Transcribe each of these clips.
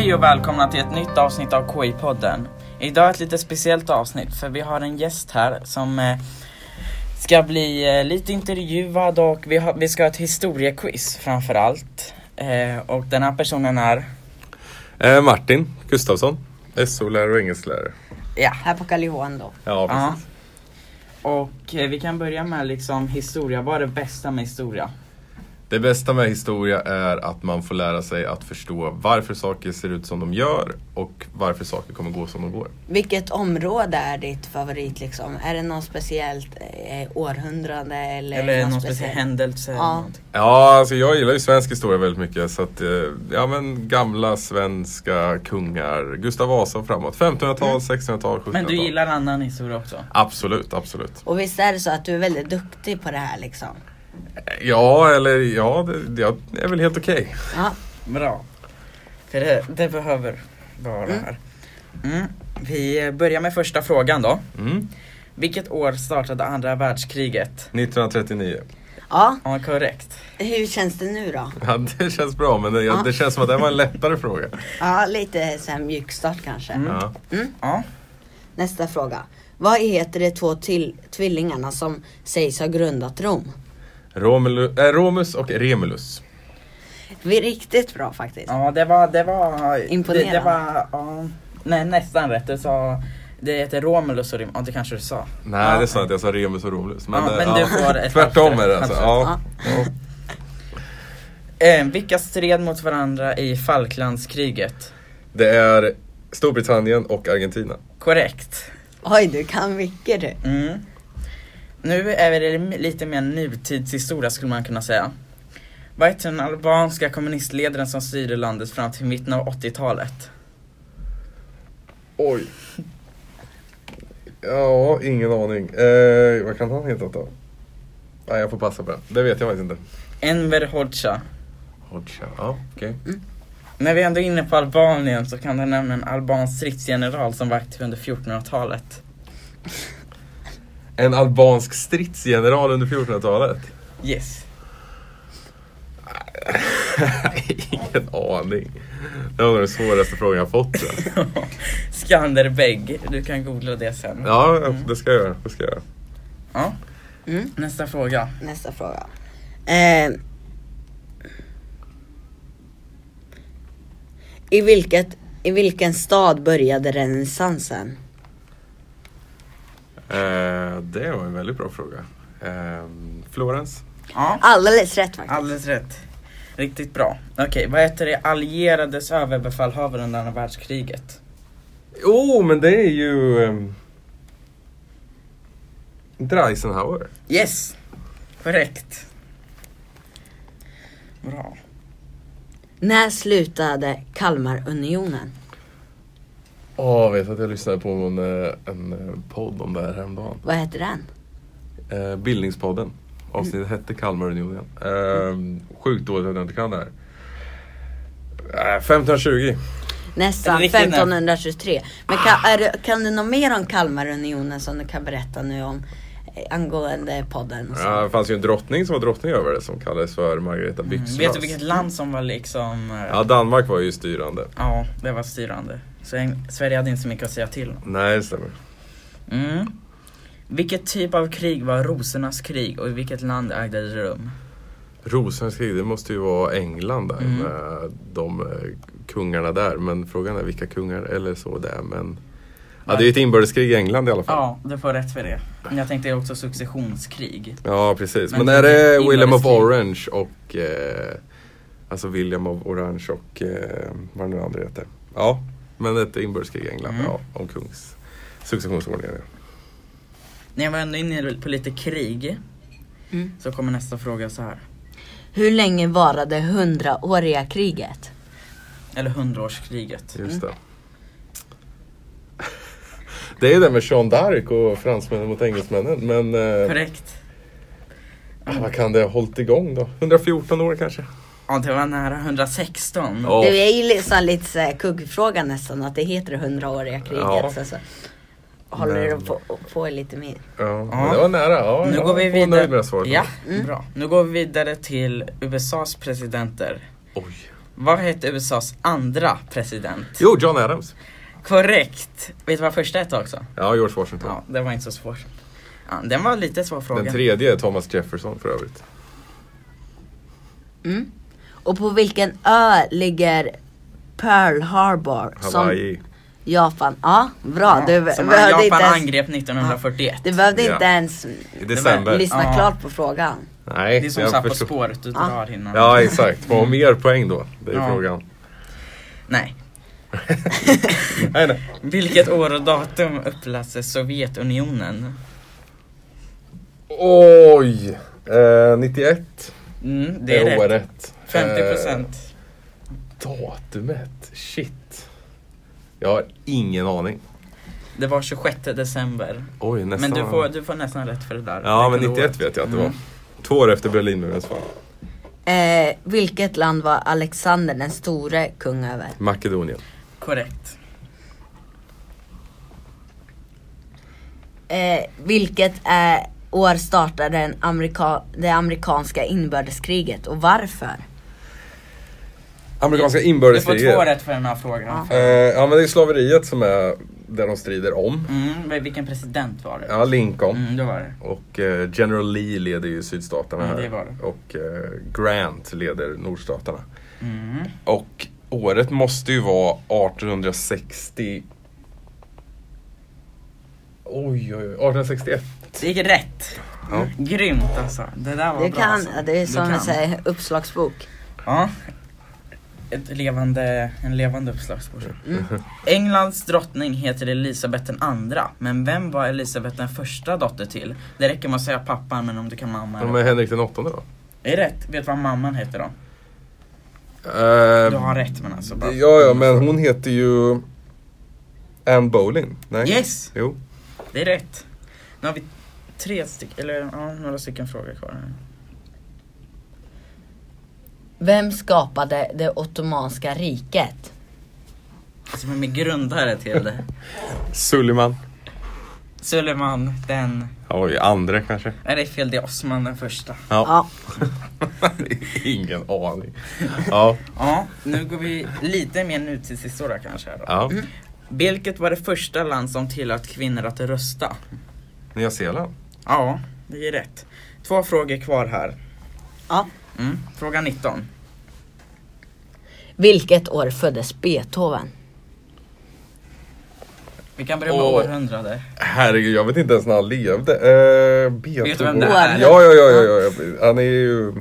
Hej och välkomna till ett nytt avsnitt av KI-podden. Idag är ett lite speciellt avsnitt för vi har en gäst här som ska bli lite intervjuad och vi ska ha ett historiequiz framförallt. Och den här personen är... Martin Gustafsson, SO-lärare och engelsklärare. Ja. Här på Karl Johan då. Ja, precis. Och vi kan börja med liksom historia. Vad är det bästa med historia? Det bästa med historia är att man får lära sig att förstå varför saker ser ut som de gör och varför saker kommer gå som de går. Vilket område är ditt favorit liksom? Är det något speciellt århundrade eller någon speciell händelse? Ja. Ja, alltså jag gillar ju svensk historia väldigt mycket. Så att, ja men gamla svenska kungar, Gustav Vasa och framåt. 1500-tal, 1600-tal, 1700-tal. Men du gillar annan historia också? Absolut, absolut. Och visst är det så att du är väldigt duktig på det här liksom? Ja, eller ja, det är väl helt okej. Ja. Bra. För det behöver vara här. Vi börjar med första frågan då. Vilket år startade andra världskriget? 1939. Ja. Ja, korrekt. Hur känns det nu då? Ja, det känns bra, men det känns som att det var en lättare fråga. Ja, lite så här mjukstart kanske. Ja. Nästa fråga. Vad heter de två tvillingarna som sägs ha grundat Rom? Romus och Remulus. Det är riktigt bra faktiskt. Ja, det var imponerande. Det var nej, nästan rätt. Du sa det heter Romulus och Remus. Ja, det kanske du sa. Nej, det sa att jag sa Remus och Romulus. Men, men du får ett tvärtom är det alltså. Ja. Vilka stred mot varandra i Falklandskriget? Det är Storbritannien och Argentina. Korrekt. Oj, du kan mycket du. Nu är det lite mer nutidshistoria skulle man kunna säga. Vad heter den albanska kommunistledaren som styrde landet fram till mitten av 80-talet? Oj. Ja, ingen aning. Vad kan han heta då? Nej, jag får passa på det. Det vet jag faktiskt inte. Enver Hoxha. Hoxha, ja, okej. När vi ändå är inne på Albanien så kan du nämna en albansk stridsgeneral som var aktiv under 1400-talet. En albansk stridsgeneral under 1400-talet? Yes. Ingen aning. Det var den svåraste frågan jag fått. Skanderbeg. Du kan googla det sen. Ja, det ska jag göra. Ja. Nästa fråga. I vilken stad började renässansen? Det var en väldigt bra fråga. Florens? Ja. Alldeles rätt faktiskt. Alldeles rätt. Riktigt bra. Okej, vad heter det allierades överbefälhavare under andra världskriget? Men det är ju Eisenhower. Yes. Korrekt. Bra. När slutade Kalmarunionen? Jag vet att jag lyssnade på en podd om det här häromdagen. Vad heter den? Bildningspodden. Avsnittet hette Kalmarunionen. Sjukt dåligt att jag inte kan det här. 1520. Nästan 1523. Men kan du något mer om Kalmarunionen som du kan berätta nu om angående podden? Ja, det fanns ju en drottning som var drottning över det som kallades för Margareta Byxlas. Vet du vilket land som var liksom... Ja, Danmark var ju styrande. Ja, det var styrande. Så Sverige hade inte så mycket att säga till. Nej, det stämmer. Vilket typ av krig var Rosornas krig och i vilket land ägde det rum? Rosornas krig, det måste ju vara England där med de kungarna där. Men frågan är vilka kungar eller så där. Men ja, det är ju ett inbördeskrig i England i alla fall. Ja, du får rätt för det. Men jag tänkte också successionskrig. Ja, precis. Men är det William of Orange och alltså William of Orange och vad nu andra heter. Ja, men ett inbördeskrig i England om kungs successionsordningen. När jag var ändå inne på lite krig så kommer nästa fråga så här. Hur länge varade 100-åriga kriget? Eller 100-årskriget. Just det. Det är det med Jeanne d'Arc och fransmännen mot engelsmännen. Men, korrekt. Vad kan det ha hållit igång då? 114 år kanske? Ja, det var nära 116. Det är ju liksom lite så här kuggfråga nästan att det heter 100-åriga kriget. Ja. Så håller du på lite mer. Ja, men det var nära. Ja, nu går vi vidare. Nöjd med svaret. Ja, bra. Nu går vi vidare till USAs presidenter. Oj. Vad hette USAs andra president? Jo, John Adams. Korrekt. Vet du vad första hette också? Ja, George Washington. Ja, det var inte så svårt. Ja, den var lite svår fråga. Den tredje är Thomas Jefferson för övrigt. Och på vilken ö ligger Pearl Harbor? Hawaii. Japan. Ja, bra. Ja, som Japan angrep 1941. Du behövde inte ens i december. Lyssna klart på frågan. Nej, det är som satt på spåret du drar innan. Ja, exakt. Få mer poäng då. Det är frågan. Nej. nej. Vilket år och datum upplöstes Sovjetunionen? Oj! 91. Det är rätt. Året. 50%. Datumet. Shit. Jag har ingen aning. Det var 26 december. Oj, nästan. Men du får nästan rätt för det där. Ja, men 91 vet jag att det var. 2 år efter Berlinmurens fall. Vilket land var Alexander den store kung över? Makedonien. Korrekt. Vilket år startade det amerikanska inbördeskriget och varför? Amerikanska inbördeskriget. Du får 2 rätt för den här frågan. Ja, men det är slaveriet som är där de strider om. Men vilken president var det? Ja, Lincoln. Det var det. Och General Lee leder ju sydstaterna här. Det var det. Och Grant leder nordstaterna. Och året måste ju vara 1860. Oj, 1861. Det gick rätt. Ja. Grymt alltså. Det där var bra. Alltså. Det är som vi säger, uppslagsbok. Ja. En levande uppslagsbok. Englands drottning heter Elisabeth den andra. Men vem var Elisabeth den första dotter till? Det räcker med att säga pappan, men om du kan mamma. Men Henrik den 8:e då? Det är rätt. Vet du vad mamman heter då? Du har rätt, men alltså bara. Ja, men hon heter ju Anne Boleyn. Nej? Yes! Jo. Det är rätt. Nu har vi 3 stycken, eller några stycken frågor kvar här. Vem skapade det ottomanska riket? Som är grundare till det. Suleiman den... Oj, andra kanske. Är det fel? Det är Osman den första. Ja. Ingen aning. Ja. Ja, nu går vi lite mer nutidshistoria kanske här då. Ja. Vilket var det första land som tillät kvinnor att rösta? Nya Zeeland. Ja, det är rätt. 2 frågor kvar här. Ja. Fråga 19. Vilket år föddes Beethoven? Vi kan börja med århundrade. Herregud, jag vet inte ens när han levde. Vet du vem det är? Ja. Han är ju...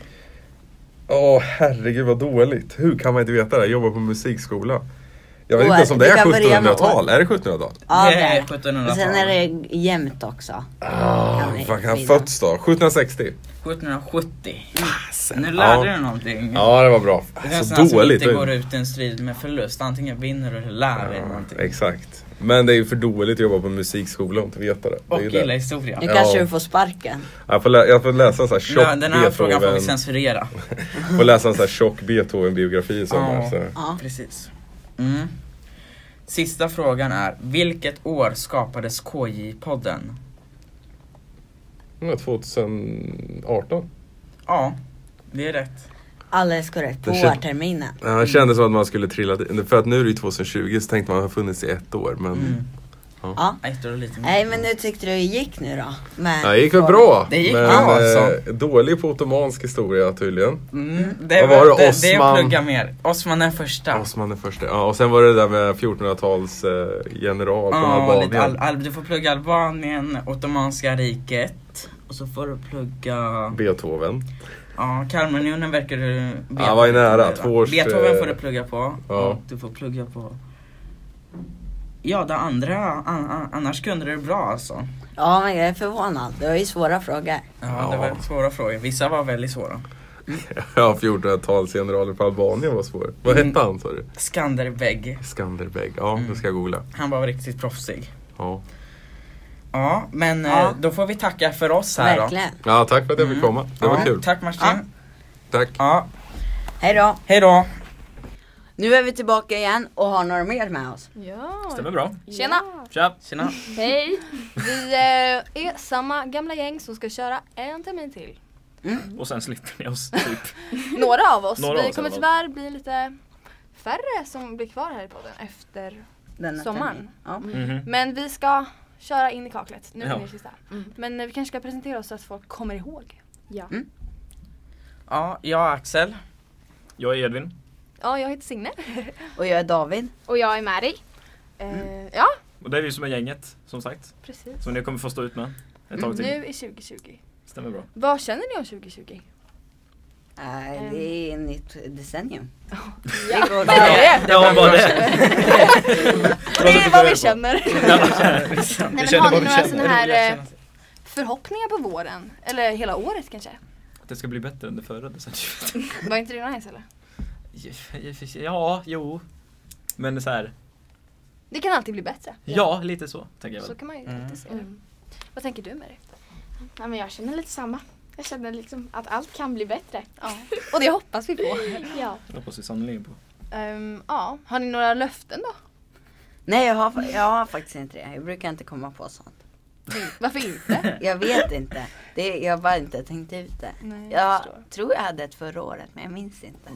herregud vad dåligt. Hur kan man inte veta det? Jag jobbar på musikskola. Jag vet inte ens om det är 1700-tal. Är det 1700-tal? Ja, det är 1700-tal. Sen är det jämnt också. Vad kan han fötts då? 1760? 1770. Nu lärde du någonting. Ja, det var bra. Så dåligt. Som inte går ut i en strid med förlust. Antingen vinner eller lär dig någonting. Exakt. Men det är ju för dåligt att jobba på musikskola och inte veta det. Och gilla historia. Nu kanske du får sparken. Jag får läsa en sån här tjock Den här Beethoven. frågan får vi censurera. Får läsa en sån här tjock Beethoven-biografi i sommar. Ja, precis. Sista frågan är: vilket år skapades KJ-podden? 2018. Ja, det är rätt. Alldeles korrekt, på vårterminen. Ja, det kändes som att man skulle trilla dit. För att nu är det ju 2020 så tänkte man att det har funnits i 1 år. Men, ja. Nej, men nu tyckte du det gick nu då? Men det gick väl bra. Det gick men, bra alltså. Dålig på ottomansk historia tydligen. Det var det är att plugga mer. Osman den första. Ja, och sen var det där med 1400-tals general från Albanien. Du får plugga Albanien, ottomanska riket. Och så får du plugga Beethoven. Ja, Kalmarunionen verkar du... Ja, var ju nära. 2 års... Beethoven får du plugga på. Ja. Och du får plugga på... Ja, det andra... Annars kunde det bra alltså. Ja, men jag är förvånad. Det var ju svåra frågor. Ja, det var svåra frågor. Vissa var väldigt svåra. Ja, 1400-tals generaler på Albanien var svår. Vad hette han, sa du? Skanderbeg. Ja, då ska jag googla. Han var riktigt proffsig. Ja. Ja, men då får vi tacka för oss här verkligen. då. Ja, tack för att jag fick komma. Det var kul. Tack Martin. Ja. Tack. Ja. Hej då. Hej då. Nu är vi tillbaka igen och har några mer med oss. Ja. Stämmer bra. Tjena. Tjena. Hej. Vi är samma gamla gäng som ska köra en termin till. Och sen slipper ni oss typ. Några av oss. Några Vi av oss kommer i alla fall. tyvärr bli lite färre som blir kvar här i podden efter Denna sommaren. termin. Ja. Mhm. Men vi ska köra in i kaklet. Nu är Ja. det sista. Mm. Men vi kanske ska presentera oss så att folk kommer ihåg. Ja. Ja, jag är Axel. Jag är Edvin. Ja, jag heter Signe. Och jag är David. Och jag är Mary. Ja, Och det är vi som är gänget, som sagt. precis. Som ni kommer få stå ut med ett tag till. Nu är 2020. Stämmer bra. Vad känner ni om 2020? Det är nytt decennium. Ja, går vad är det? Ja, vad det Det är vad vi känner. Nej, men känner har vad ni vi några känner. sådana här förhoppningar på våren? Eller hela året kanske? Att det ska bli bättre än det förra decenniet. Var inte det nice eller? Ja, jo. Men så här. Det kan alltid bli bättre. Ja, lite så tänker jag Så väl. kan man ju Mm. alltid se det. Vad tänker du med det? Ja, men jag känner lite samma. Jag känner liksom att allt kan bli bättre. Ja. Och det hoppas vi på. Ja. Det hoppas vi sannolikt på. Ja, har ni några löften då? Nej, jag har faktiskt inte det. Jag brukar inte komma på sånt. Varför inte? Jag vet inte. Jag har bara inte tänkt ut det. Nej, Jag förstår. tror jag hade ett förra året, men jag minns inte.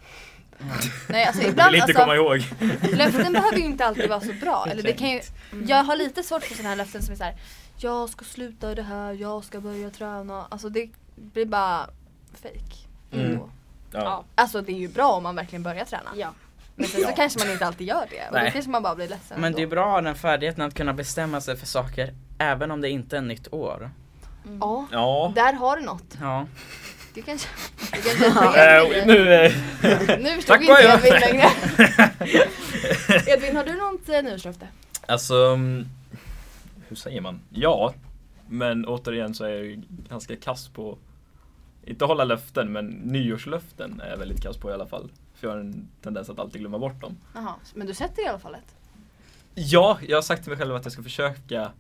Nej, alltså Jag ibland, vill inte komma ihåg. löften behöver ju inte alltid vara så bra. Eller det kan ju, jag har lite svårt för sådana här löften som är så här: jag ska sluta det här, jag ska börja träna. Alltså det blir bara fake. Mm. Då. Ja. Alltså det är ju bra om man verkligen börjar träna. Ja. Men sen så kanske man inte alltid gör det. Och då Nej. kanske man bara blir ledsen. Men det är ändå. bra att ha den färdigheten att kunna bestämma sig för saker även om det inte är ett nytt år. Ja, Ja. där har du något. Ja. Du kanske är Nu Nu förstod Tack inte och adjö. Edvin längre. Edvin, har du något nyårslöfte? alltså, hur säger man? Ja, men återigen så är jag ju ganska kass på, inte hålla löften, men nyårslöften är jag väldigt kass på i alla fall. För jag har en tendens att alltid glömma bort dem. Jaha, men du sätter i alla fall ett. Ja, jag har sagt till mig själv att jag ska försöka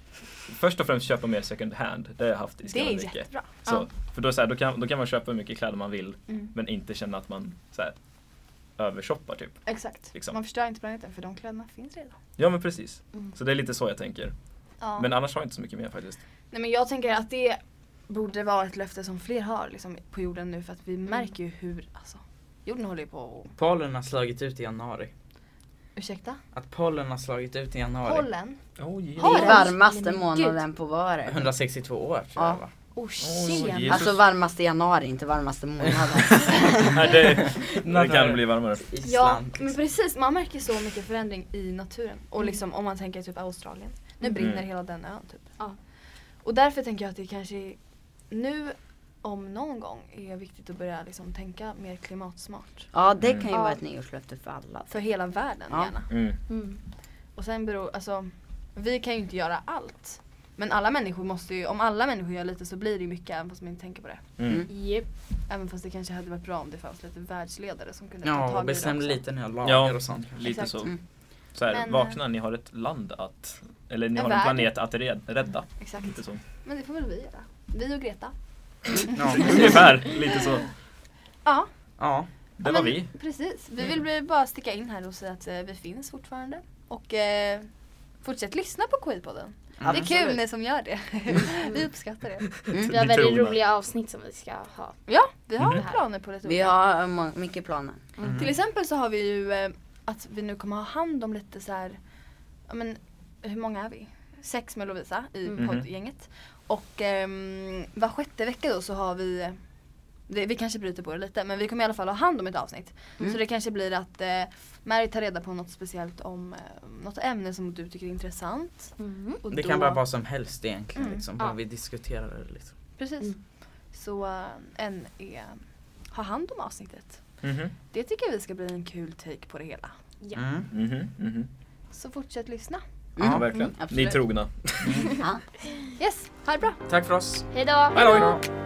först och främst köpa mer second hand. Det har jag haft i Det är Skandinavien. jättebra. Så, för då, så här, då kan man köpa hur mycket kläder man vill, Mm. men inte känna att man så här, övershoppar typ. Exakt. Liksom. Man förstör inte planeten för de kläderna finns redan. Ja, men precis. Mm. Så det är lite så jag tänker. Ja. Men annars har jag inte så mycket mer faktiskt. Nej, men jag tänker att det borde vara ett löfte som fler har liksom, på jorden nu, för att vi märker ju hur, alltså, jorden håller ju på att... Pollen har slagit ut i januari. Ursäkta? Att pollen har slagit ut i januari. Pollen? Oh, Det Har är det? varmaste Men månaden på året. 162 år tror Ja. jag va? Oh Jesus. shit. Alltså varmaste januari, inte varmaste månaden. Nej, det kan bli varmare. Ja, Island. men precis. Man märker så mycket förändring i naturen. Och liksom om man tänker typ Australien. Nu brinner hela den ön typ. Ja. Och därför tänker jag att det kanske nu om någon gång är viktigt att börja liksom tänka mer klimatsmart. Ja, det kan ju Ja. vara ett nyårslöfte för alla. För hela världen Ja. gärna. Mm. Mm. Och sen alltså, vi kan ju inte göra allt. Men alla människor måste ju, om alla människor gör lite så blir det ju mycket även fast man inte tänker på det. Mm. Yep. Även fast det kanske hade varit bra om det fanns lite världsledare som kunde ta Ja, tag och i det bestämde också. lite nya lagar Ja. och sånt. Lite Exakt. så. Mm. Så här, Men, vakna, ni har ett land att, eller ni en har en värld. planet att rädda. Exakt. Lite så. Men det får väl vi göra. Vi och Greta. Ja. Ungefär, lite så. Ja. Ja. Det var men vi. Precis. Vi vill bara sticka in här och säga att vi finns fortfarande. Och fortsätt lyssna på Quaidpodden. Det är kul Absolut. ni som gör det. Vi uppskattar det. Vi har Ni väldigt tror det. roliga avsnitt som vi ska ha. Ja, vi har Mhm. planer på lite Vi olika. har mycket planer. Till exempel så har vi ju att vi nu kommer ha hand om lite så här, ja men hur många är vi? 6 med Lovisa i Mhm. poddgänget. Och var 6:e vecka då så har vi kanske bryter på det lite, men vi kommer i alla fall ha hand om ett avsnitt. Så det kanske blir att Mary tar reda på något speciellt om något ämne som du tycker är intressant. Mm. Och Det då- kan vara vad som helst egentligen Mm. liksom. Bara Ja. vi diskuterar det liksom. Precis. Mm. Så en är ha hand om avsnittet. Mhm. Det tycker vi ska bli en kul take på det hela. Ja. Mm. Mhm. Mhm. Så fortsätt lyssna. Ja, verkligen. Ni är absolut. trogna. Ja. Yes, ha det bra! Tack för oss. Hej då! Hej då!